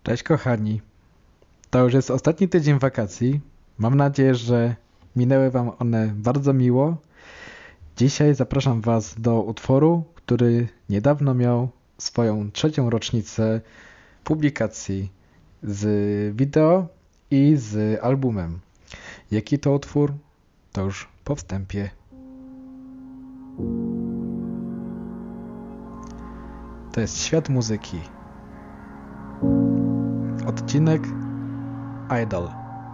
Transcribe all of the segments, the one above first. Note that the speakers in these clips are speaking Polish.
Cześć kochani, to już jest ostatni tydzień wakacji. Mam nadzieję, że minęły Wam one bardzo miło. Dzisiaj zapraszam Was do utworu, który niedawno miał swoją trzecią rocznicę publikacji z wideo i z albumem. Jaki to utwór? To już po wstępie. To jest Świat muzyki. Odcinek Idol.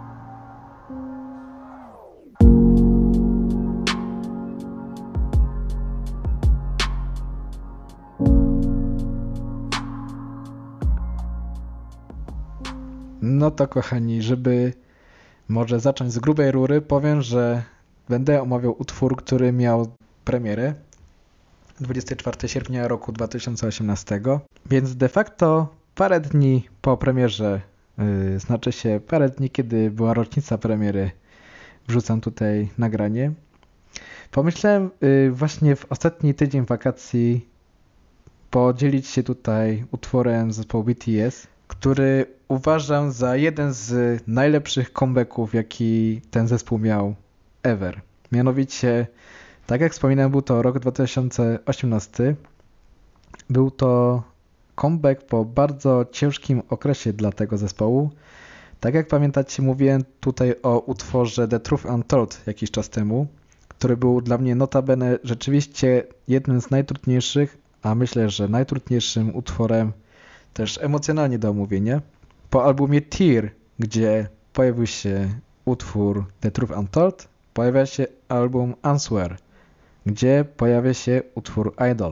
No to kochani, żeby może zacząć z grubej rury, powiem, że będę omawiał utwór, który miał premierę 24 sierpnia roku 2018, więc de facto parę dni po premierze, znaczy się parę dni, kiedy była rocznica premiery, wrzucam tutaj nagranie. Pomyślałem właśnie w ostatni tydzień wakacji podzielić się tutaj utworem zespołu BTS, który uważam za jeden z najlepszych comebacków, jaki ten zespół miał ever. Mianowicie, tak jak wspominałem, był to rok 2018. Był to comeback po bardzo ciężkim okresie dla tego zespołu. Tak jak pamiętacie, mówiłem tutaj o utworze The Truth Untold jakiś czas temu, który był dla mnie notabene rzeczywiście jednym z najtrudniejszych, a myślę, że najtrudniejszym utworem też emocjonalnie do omówienia. Po albumie Tear, gdzie pojawił się utwór The Truth Untold, pojawia się album Answer, gdzie pojawia się utwór Idol.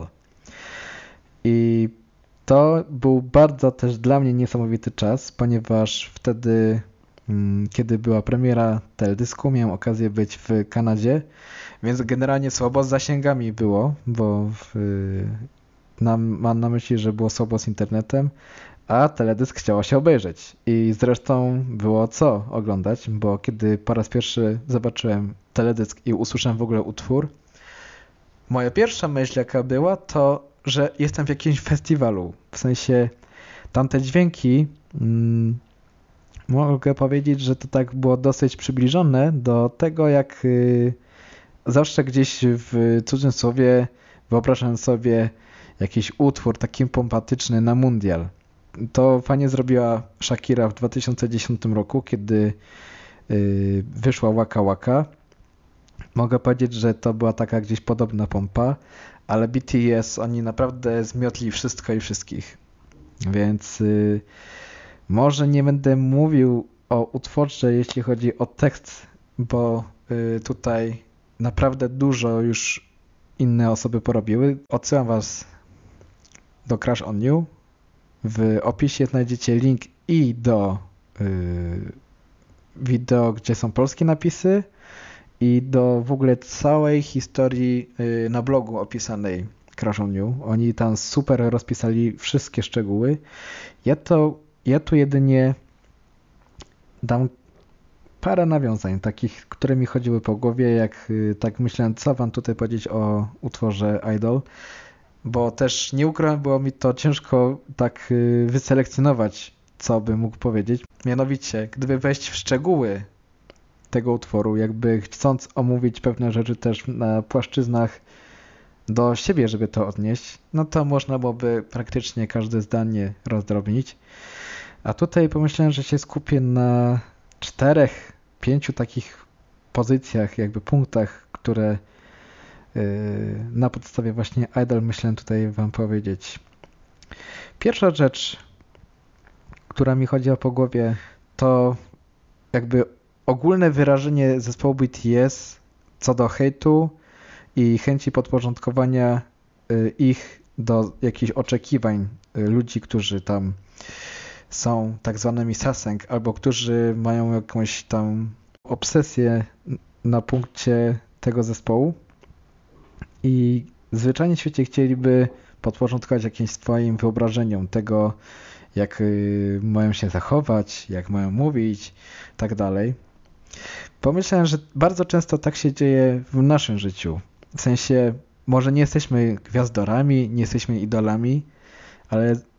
I to był bardzo też dla mnie niesamowity czas, ponieważ wtedy, kiedy była premiera teledysku, miałem okazję być w Kanadzie, więc generalnie słabo z zasięgami było, bo mam na myśli, że było słabo z internetem, a teledysk chciało się obejrzeć. I zresztą było co oglądać, bo kiedy po raz pierwszy zobaczyłem teledysk i usłyszałem w ogóle utwór, moja pierwsza myśl jaka była, to że jestem w jakimś festiwalu. W sensie tamte dźwięki, mogę powiedzieć, że to tak było dosyć przybliżone do tego, jak zawsze gdzieś w cudzysłowie wyobrażam sobie jakiś utwór taki pompatyczny na mundial. To fajnie zrobiła Shakira w 2010 roku, kiedy wyszła Waka Waka. Mogę powiedzieć, że to była taka gdzieś podobna pompa, ale BTS, oni naprawdę zmiotli wszystko i wszystkich. Więc może nie będę mówił o utworze, jeśli chodzi o tekst, bo tutaj naprawdę dużo już inne osoby porobiły. Odsyłam Was do Crush on You. W opisie znajdziecie link i do wideo, gdzie są polskie napisy, i do w ogóle całej historii na blogu opisanej Crush on You. Oni tam super rozpisali wszystkie szczegóły. Ja tu jedynie dam parę nawiązań, takich, które mi chodziły po głowie, jak tak myślałem, co wam tutaj powiedzieć o utworze Idol, bo też nie ukrywam, było mi to ciężko tak wyselekcjonować, co bym mógł powiedzieć. Mianowicie, gdyby wejść w szczegóły tego utworu, jakby chcąc omówić pewne rzeczy też na płaszczyznach do siebie, żeby to odnieść, no to można byłoby praktycznie każde zdanie rozdrobnić. A tutaj pomyślałem, że się skupię na 4-5 takich pozycjach, jakby punktach, które na podstawie właśnie Idol myślałem tutaj wam powiedzieć. Pierwsza rzecz, która mi chodziła po głowie, to jakby ogólne wyrażenie zespołu BTS co do hejtu i chęci podporządkowania ich do jakichś oczekiwań ludzi, którzy tam są tak zwanymi saseng, albo którzy mają jakąś tam obsesję na punkcie tego zespołu i zwyczajnie w świecie chcieliby podporządkować jakimś swoim wyobrażeniom tego, jak mają się zachować, jak mają mówić, tak dalej. Pomyślałem, że bardzo często tak się dzieje w naszym życiu. W sensie, może nie jesteśmy gwiazdorami, nie jesteśmy idolami, ale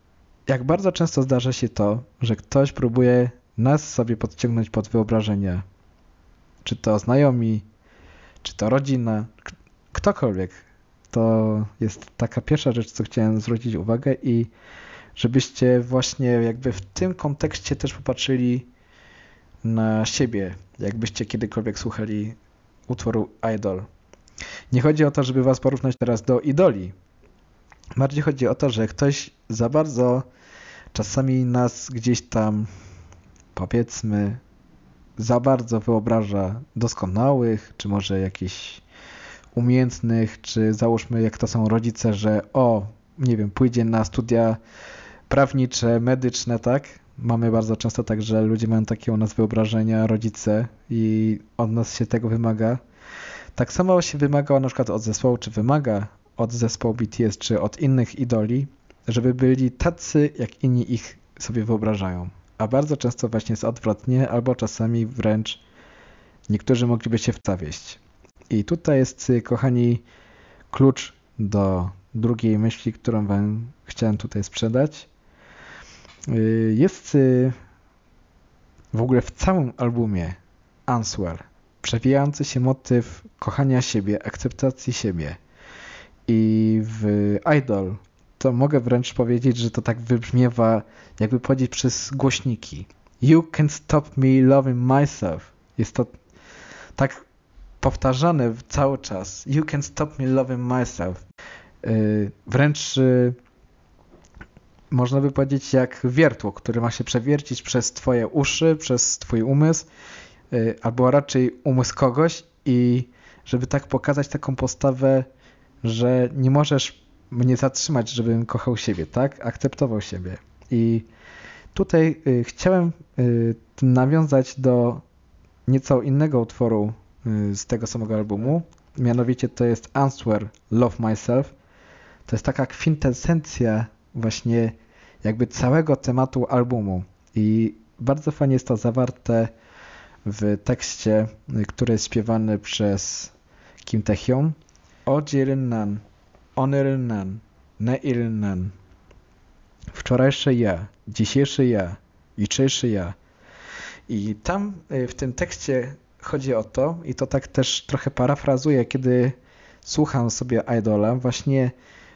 jak bardzo często zdarza się to, że ktoś próbuje nas sobie podciągnąć pod wyobrażenie. Czy to znajomi, czy to rodzina, ktokolwiek. To jest taka pierwsza rzecz, co chciałem zwrócić uwagę i żebyście właśnie jakby w tym kontekście też popatrzyli na siebie, jakbyście kiedykolwiek słuchali utworu Idol. Nie chodzi o to, żeby was porównać teraz do idoli. Bardziej chodzi o to, że ktoś za bardzo czasami nas gdzieś tam, powiedzmy, za bardzo wyobraża doskonałych, czy może jakichś umiejętnych, czy załóżmy jak to są rodzice, że nie wiem, pójdzie na studia prawnicze, medyczne, tak? Mamy bardzo często tak, że ludzie mają takie u nas wyobrażenia, rodzice i od nas się tego wymaga. Tak samo się wymaga na przykład od zespołu, czy wymaga od zespołu BTS, czy od innych idoli, żeby byli tacy, jak inni ich sobie wyobrażają. A bardzo często właśnie jest odwrotnie, albo czasami wręcz niektórzy mogliby się w to wieść. I tutaj jest, kochani, klucz do drugiej myśli, którą wam chciałem tutaj sprzedać. Jest w ogóle w całym albumie Answer przewijający się motyw kochania siebie, akceptacji siebie. I w Idol to mogę wręcz powiedzieć, że to tak wybrzmiewa, jakby powiedzieć przez głośniki. You can't stop me loving myself. Jest to tak powtarzane cały czas. You can't stop me loving myself. Wręcz można by powiedzieć jak wiertło, które ma się przewiercić przez twoje uszy, przez twój umysł, albo raczej umysł kogoś i żeby tak pokazać taką postawę, że nie możesz mnie zatrzymać, żebym kochał siebie, tak? Akceptował siebie. I tutaj chciałem nawiązać do nieco innego utworu z tego samego albumu. Mianowicie to jest Answer, Love Myself. To jest taka kwintesencja właśnie jakby całego tematu albumu. I bardzo fajnie jest to zawarte w tekście, który jest śpiewany przez Kim Taehyung. Ojirynan, Onerynan, Neilnan. Wczorajsze ja, dzisiejszy ja, jutrzejszy ja. I tam w tym tekście chodzi o to, i to tak też trochę parafrazuję, kiedy słucham sobie Idola, właśnie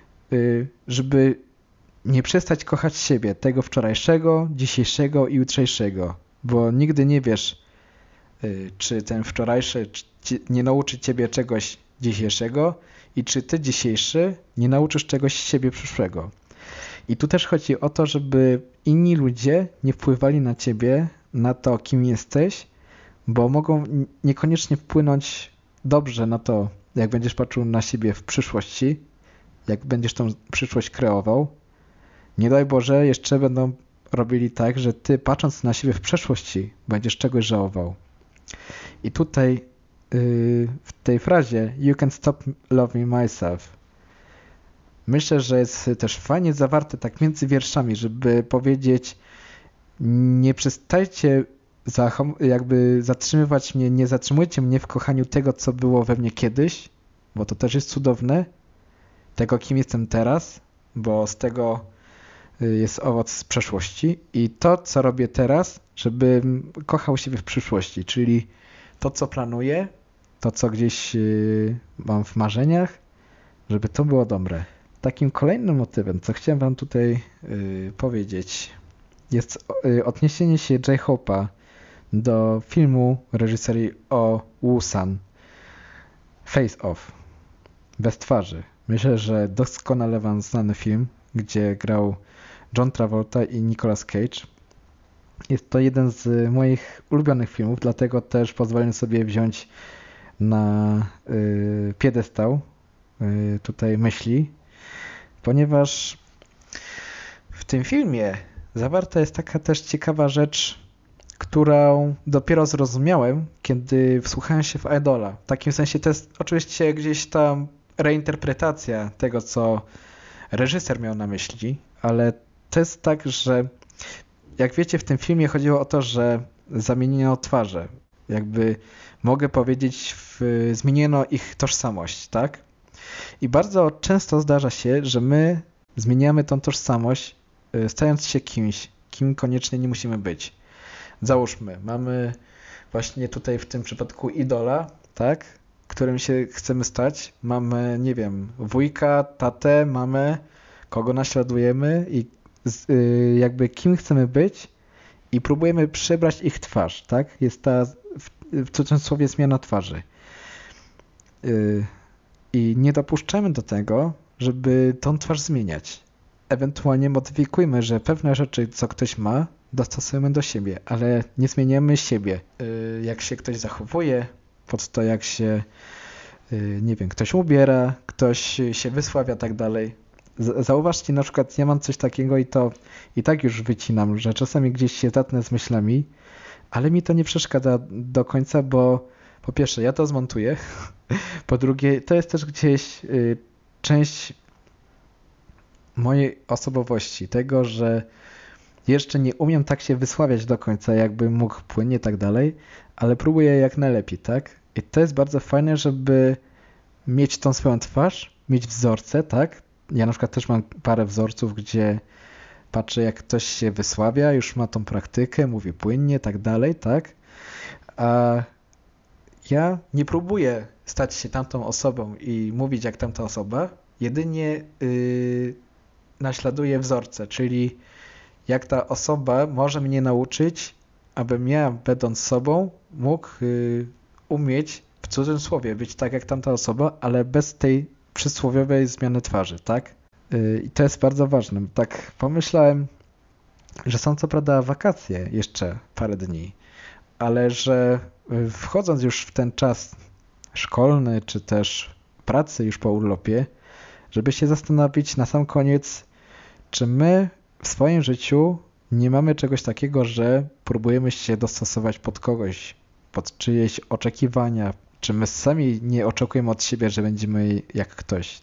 żeby nie przestać kochać siebie, tego wczorajszego, dzisiejszego i jutrzejszego, bo nigdy nie wiesz, czy ten wczorajszy nie nauczy ciebie czegoś dzisiejszego i czy ty dzisiejszy nie nauczysz czegoś siebie przyszłego. I tu też chodzi o to, żeby inni ludzie nie wpływali na ciebie, na to, kim jesteś, bo mogą niekoniecznie wpłynąć dobrze na to, jak będziesz patrzył na siebie w przyszłości, jak będziesz tą przyszłość kreował. Nie daj Boże, jeszcze będą robili tak, że ty patrząc na siebie w przeszłości będziesz czegoś żałował. I tutaj w tej frazie You can stop loving myself myślę, że jest też fajnie zawarte tak między wierszami, żeby powiedzieć nie przestajcie jakby zatrzymywać mnie, nie zatrzymujcie mnie w kochaniu tego, co było we mnie kiedyś, bo to też jest cudowne, tego, kim jestem teraz, bo z tego jest owoc z przeszłości i to, co robię teraz, żebym kochał siebie w przyszłości, czyli to, co planuję, to, co gdzieś mam w marzeniach, żeby to było dobre. Takim kolejnym motywem, co chciałem wam tutaj powiedzieć, jest odniesienie się J-Hope'a do filmu reżyserii O. Woo-san Face Off, Bez twarzy. Myślę, że doskonale wam znany film, gdzie grał John Travolta i Nicolas Cage. Jest to jeden z moich ulubionych filmów, dlatego też pozwolę sobie wziąć na piedestał tutaj myśli, ponieważ w tym filmie zawarta jest taka też ciekawa rzecz, którą dopiero zrozumiałem, kiedy wsłuchałem się w Idola. W takim sensie to jest oczywiście gdzieś tam reinterpretacja tego, co reżyser miał na myśli, ale to jest tak, że jak wiecie, w tym filmie chodziło o to, że zamieniono twarze. Jakby mogę powiedzieć, zmieniono ich tożsamość, tak? I bardzo często zdarza się, że my zmieniamy tą tożsamość stając się kimś, kim koniecznie nie musimy być. Załóżmy, mamy właśnie tutaj w tym przypadku idola, tak? Którym się chcemy stać. Mamy, nie wiem, wujka, tatę, mamę, kogo naśladujemy i jakby kim chcemy być i próbujemy przebrać ich twarz, tak? Jest ta w cudzysłowie zmiana twarzy. I nie dopuszczamy do tego, żeby tą twarz zmieniać. Ewentualnie modyfikujmy, że pewne rzeczy, co ktoś ma, dostosujemy do siebie, ale nie zmieniamy siebie. Jak się ktoś zachowuje, pod to jak się, nie wiem, ktoś ubiera, ktoś się wysławia, tak dalej. Zauważcie, na przykład ja mam coś takiego i to i tak już wycinam, że czasami gdzieś się zatnę z myślami, ale mi to nie przeszkadza do końca, bo po pierwsze ja to zmontuję, po drugie to jest też gdzieś część mojej osobowości, tego, że jeszcze nie umiem tak się wysławiać do końca, jakbym mógł płynnie i tak dalej, ale próbuję jak najlepiej, tak? I to jest bardzo fajne, żeby mieć tą swoją twarz, mieć wzorce, tak? Ja na przykład też mam parę wzorców, gdzie patrzę, jak ktoś się wysławia, już ma tą praktykę, mówi płynnie, tak dalej, tak? A ja nie próbuję stać się tamtą osobą i mówić jak tamta osoba, jedynie naśladuję wzorce, czyli jak ta osoba może mnie nauczyć, abym ja, będąc sobą, mógł umieć w cudzysłowie być tak jak tamta osoba, ale bez tej przysłowiowej zmiany twarzy, tak? I to jest bardzo ważne. Tak pomyślałem, że są co prawda wakacje jeszcze parę dni, ale że wchodząc już w ten czas szkolny, czy też pracy już po urlopie, żeby się zastanowić na sam koniec, czy my w swoim życiu nie mamy czegoś takiego, że próbujemy się dostosować pod kogoś, pod czyjeś oczekiwania, czy my sami nie oczekujemy od siebie, że będziemy jak ktoś.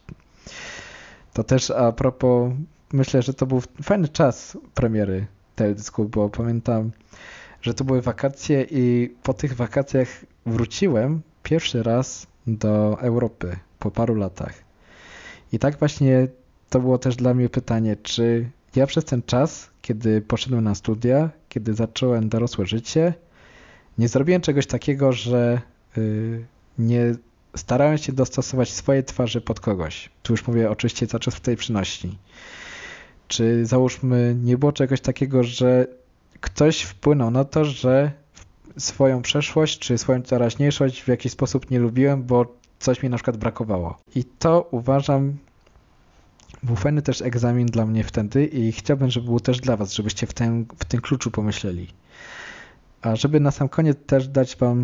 To też a propos, myślę, że to był fajny czas premiery teledysku, bo pamiętam, że to były wakacje i po tych wakacjach wróciłem pierwszy raz do Europy po paru latach. I tak właśnie to było też dla mnie pytanie, czy ja przez ten czas, kiedy poszedłem na studia, kiedy zacząłem dorosłe życie, nie zrobiłem czegoś takiego, że nie starałem się dostosować swojej twarzy pod kogoś. Tu już mówię oczywiście cały czas w tej przynośni. Czy załóżmy, nie było czegoś takiego, że ktoś wpłynął na to, że swoją przeszłość czy swoją teraźniejszość w jakiś sposób nie lubiłem, bo coś mi na przykład brakowało. I to uważam, był fajny też egzamin dla mnie wtedy i chciałbym, żeby był też dla was, żebyście w tym kluczu pomyśleli. A żeby na sam koniec też dać wam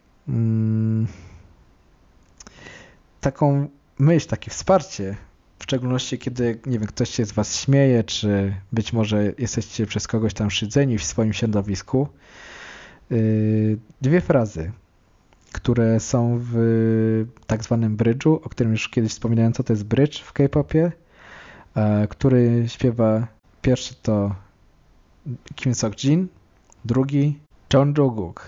taką myśl, takie wsparcie, w szczególności kiedy, nie wiem, ktoś się z was śmieje, czy być może jesteście przez kogoś tam szydzeni w swoim środowisku. Dwie frazy, które są w tak zwanym bridge'u, o którym już kiedyś wspominałem, co to jest bridge w K-popie, który śpiewa pierwszy to Kim Sok-jin, drugi Jeon Jo-guk.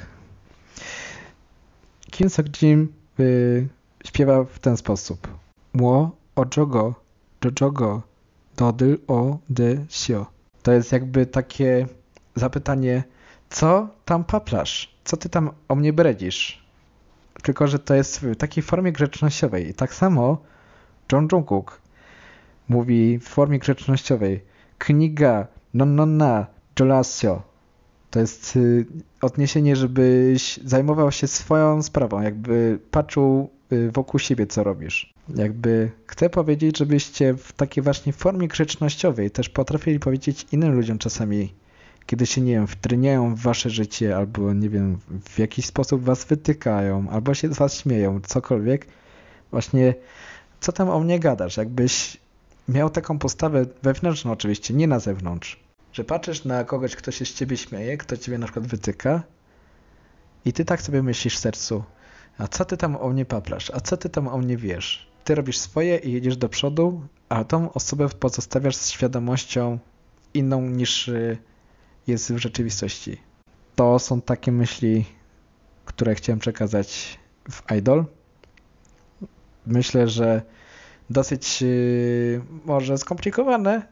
Kim Sok-jin śpiewa w ten sposób. Mo ojogo jojogo dodyl o de sio. To jest jakby takie zapytanie, co tam paplasz? Co ty tam o mnie bredzisz? Tylko że to jest w takiej formie grzecznościowej. I tak samo Jeon Jo-guk mówi w formie grzecznościowej Kniga nonnonna jolasio. To jest odniesienie, żebyś zajmował się swoją sprawą, jakby patrzył wokół siebie, co robisz. Jakby chcę powiedzieć, żebyście w takiej właśnie formie grzecznościowej też potrafili powiedzieć innym ludziom czasami, kiedy się, nie wiem, wtryniają w wasze życie, albo, nie wiem, w jakiś sposób was wytykają, albo się z was śmieją, cokolwiek. Właśnie, co tam o mnie gadasz? Jakbyś miał taką postawę wewnętrzną oczywiście, nie na zewnątrz. Że patrzysz na kogoś, kto się z ciebie śmieje, kto ciebie na przykład wytyka i ty tak sobie myślisz w sercu, a co ty tam o mnie paplasz, a co ty tam o mnie wiesz? Ty robisz swoje i jedziesz do przodu, a tą osobę pozostawiasz z świadomością inną niż jest w rzeczywistości. To są takie myśli, które chciałem przekazać w Idol. Myślę, że dosyć może skomplikowane,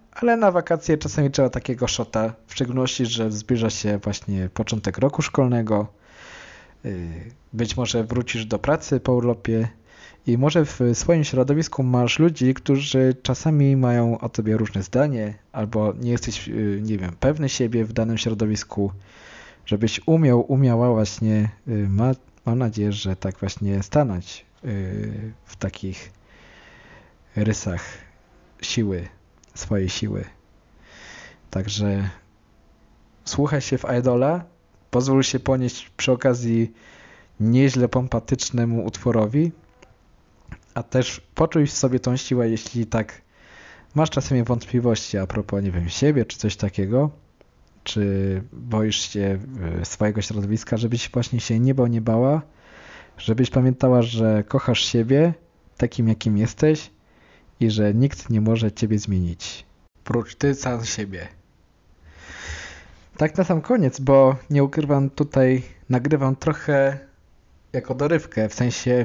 ale na wakacje czasami trzeba takiego shota, w szczególności, że zbliża się właśnie początek roku szkolnego. Być może wrócisz do pracy po urlopie i może w swoim środowisku masz ludzi, którzy czasami mają o tobie różne zdanie, albo nie jesteś, nie wiem, pewny siebie w danym środowisku, żebyś umiała właśnie, mam nadzieję, że tak właśnie stanąć w takich rysach swojej siły. Także słuchaj się w idola, pozwól się ponieść przy okazji nieźle pompatycznemu utworowi, a też poczuj w sobie tą siłę, jeśli tak masz czasami wątpliwości a propos, nie wiem, siebie czy coś takiego, czy boisz się swojego środowiska, żebyś właśnie się nie bał, nie bała, żebyś pamiętała, że kochasz siebie takim, jakim jesteś i że nikt nie może ciebie zmienić, prócz ty sam siebie. Tak na sam koniec, bo nie ukrywam, tutaj nagrywam trochę jako dorywkę, w sensie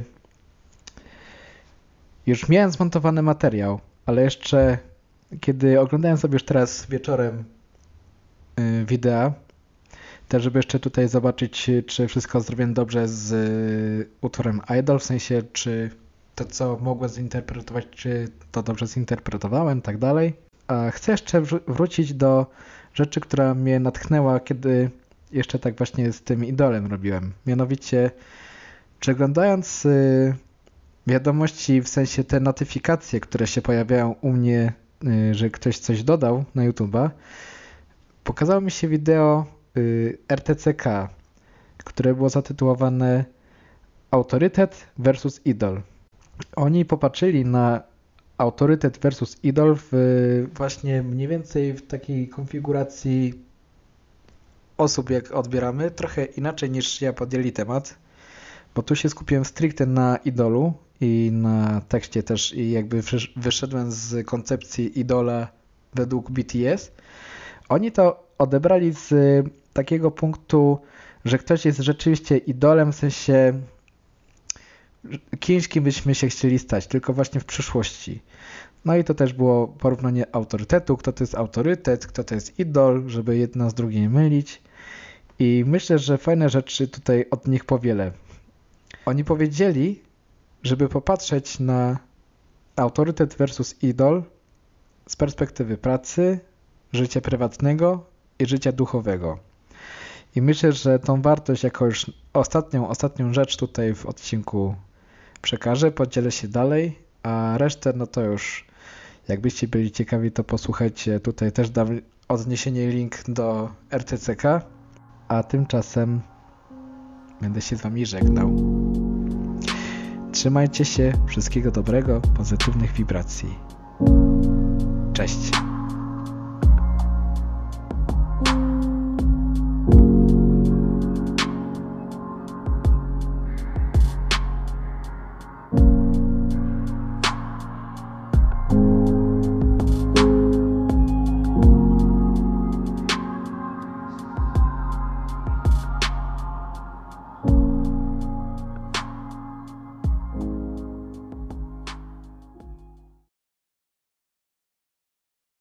już miałem zmontowany materiał, ale jeszcze kiedy oglądałem sobie już teraz wieczorem wideo, też żeby jeszcze tutaj zobaczyć, czy wszystko zrobiłem dobrze z utworem Idol, w sensie czy to, co mogłem zinterpretować, czy to dobrze zinterpretowałem, tak dalej. A chcę jeszcze wrócić do rzeczy, która mnie natchnęła, kiedy jeszcze tak właśnie z tym idolem robiłem. Mianowicie, przeglądając wiadomości, w sensie te notyfikacje, które się pojawiają u mnie, że ktoś coś dodał na YouTube'a, pokazało mi się wideo RTCK, które było zatytułowane Autorytet versus Idol. Oni popatrzyli na autorytet versus idol właśnie mniej więcej w takiej konfiguracji osób, jak odbieramy, trochę inaczej niż ja podjęli temat, bo tu się skupiłem stricte na idolu i na tekście też i jakby wyszedłem z koncepcji idola według BTS. Oni to odebrali z takiego punktu, że ktoś jest rzeczywiście idolem, w sensie kimś, kim byśmy się chcieli stać, tylko właśnie w przyszłości. No i to też było porównanie autorytetu, kto to jest autorytet, kto to jest idol, żeby jedno z drugim nie mylić. I myślę, że fajne rzeczy tutaj od nich powielę. Oni powiedzieli, żeby popatrzeć na autorytet versus idol z perspektywy pracy, życia prywatnego i życia duchowego. I myślę, że tą wartość jako już ostatnią rzecz tutaj w odcinku przekażę, podzielę się dalej, a resztę no to już jakbyście byli ciekawi, to posłuchajcie, tutaj też dam odniesienie link do RTCK, a tymczasem będę się z wami żegnał. Trzymajcie się, wszystkiego dobrego, pozytywnych wibracji. Cześć!